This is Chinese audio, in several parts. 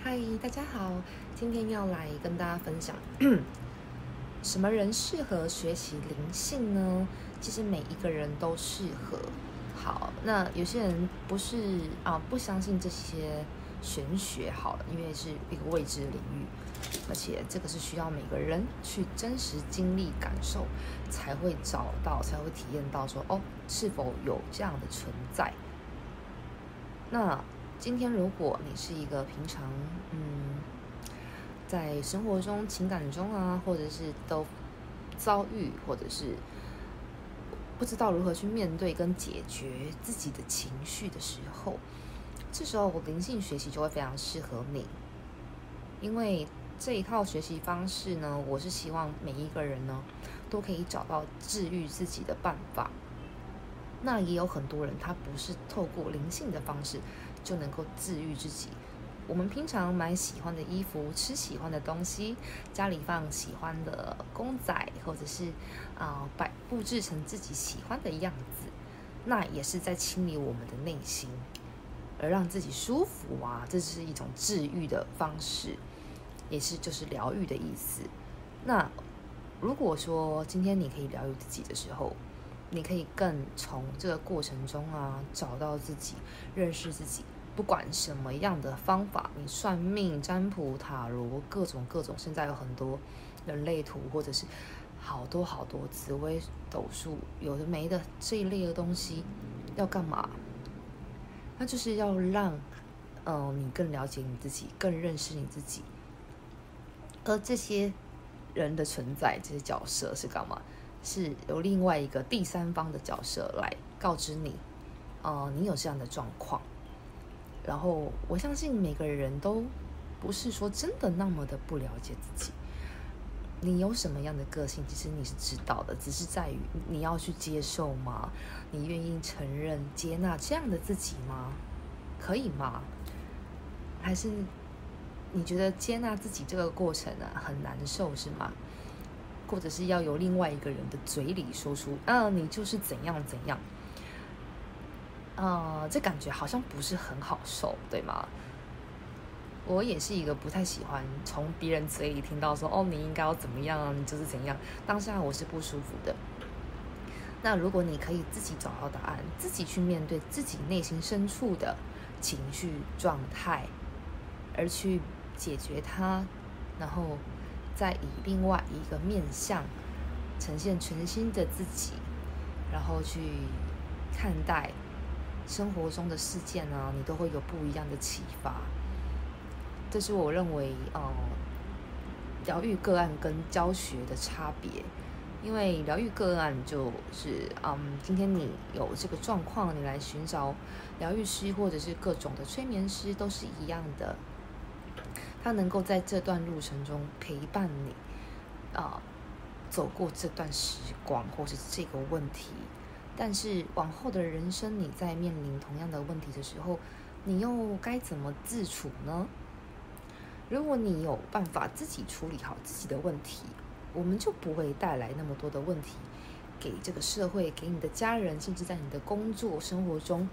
嗨，大家好，今天要来跟大家分享，什么人适合学习灵性呢？其实每一个人都适合。好，那有些人不相信这些玄学，好了，因为是一个未知的领域，而且这个是需要每个人去真实经历、感受，才会找到，才会体验到说，是否有这样的存在。那今天如果你是一个平常在生活中、情感中啊，或者是都遭遇，或者是不知道如何去面对跟解决自己的情绪的时候，这时候灵性学习就会非常适合你。因为这一套学习方式呢，我是希望每一个人呢都可以找到治愈自己的办法。那也有很多人他不是透过灵性的方式就能够治愈自己。我们平常买喜欢的衣服，吃喜欢的东西，家里放喜欢的公仔，或者是布置成自己喜欢的样子，那也是在清理我们的内心，而让自己舒服啊，这是一种治愈的方式，也是就是疗愈的意思。那如果说今天你可以疗愈自己的时候，你可以更从这个过程中找到自己，认识自己。不管什么样的方法，你算命、占卜、塔罗，各种，现在有很多人类图，或者是好多紫微斗数，有的没的这一类的东西，要干嘛？那就是要让你更了解你自己，更认识你自己。而这些人的存在，这些角色是干嘛？是有另外一个第三方的角色来告知你，你有这样的状况。然后我相信每个人都不是说真的那么的不了解自己，你有什么样的个性，其实你是知道的，只是在于你要去接受吗？你愿意承认、接纳这样的自己吗？可以吗？还是你觉得接纳自己这个过程很难受是吗？或者是要由另外一个人的嘴里说出，你就是怎样怎样。这感觉好像不是很好受，对吗？我也是一个不太喜欢从别人嘴里听到说，你应该要怎么样啊，你就是怎样。当下我是不舒服的。那如果你可以自己找到答案，自己去面对自己内心深处的情绪状态，而去解决它，然后再以另外一个面向呈现全新的自己，然后去看待生活中的事件呢，你都会有不一样的启发。这是我认为疗愈个案跟教学的差别。因为疗愈个案就是今天你有这个状况，你来寻找疗愈师或者是各种的催眠师都是一样的，他能够在这段路程中陪伴你走过这段时光或是这个问题。但是往后的人生，你在面临同样的问题的时候，你又该怎么自处呢？如果你有办法自己处理好自己的问题，我们就不会带来那么多的问题给这个社会，给你的家人，甚至在你的工作生活中，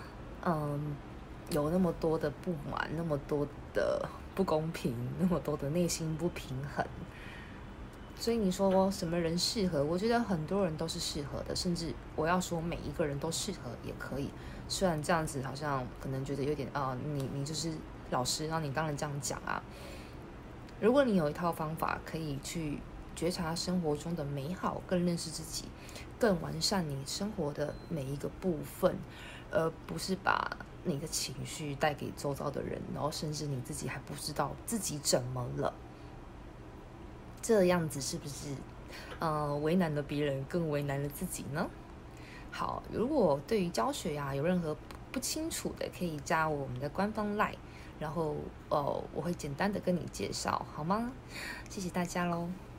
有那么多的不满，那么多的不公平，那么多的内心不平衡。所以你说什么人适合？我觉得很多人都是适合的，甚至我要说每一个人都适合也可以。虽然这样子好像可能觉得有点你就是老师，然后你当然这样讲啊。如果你有一套方法可以去觉察生活中的美好，更认识自己，更完善你生活的每一个部分，而不是把你的情绪带给周遭的人，然后甚至你自己还不知道自己怎么了。这样子是不是为难了别人，更为难了自己呢？好，如果对于教学有任何不清楚的，可以加我们的官方 LINE， 然后我会简单的跟你介绍，好吗？谢谢大家咯。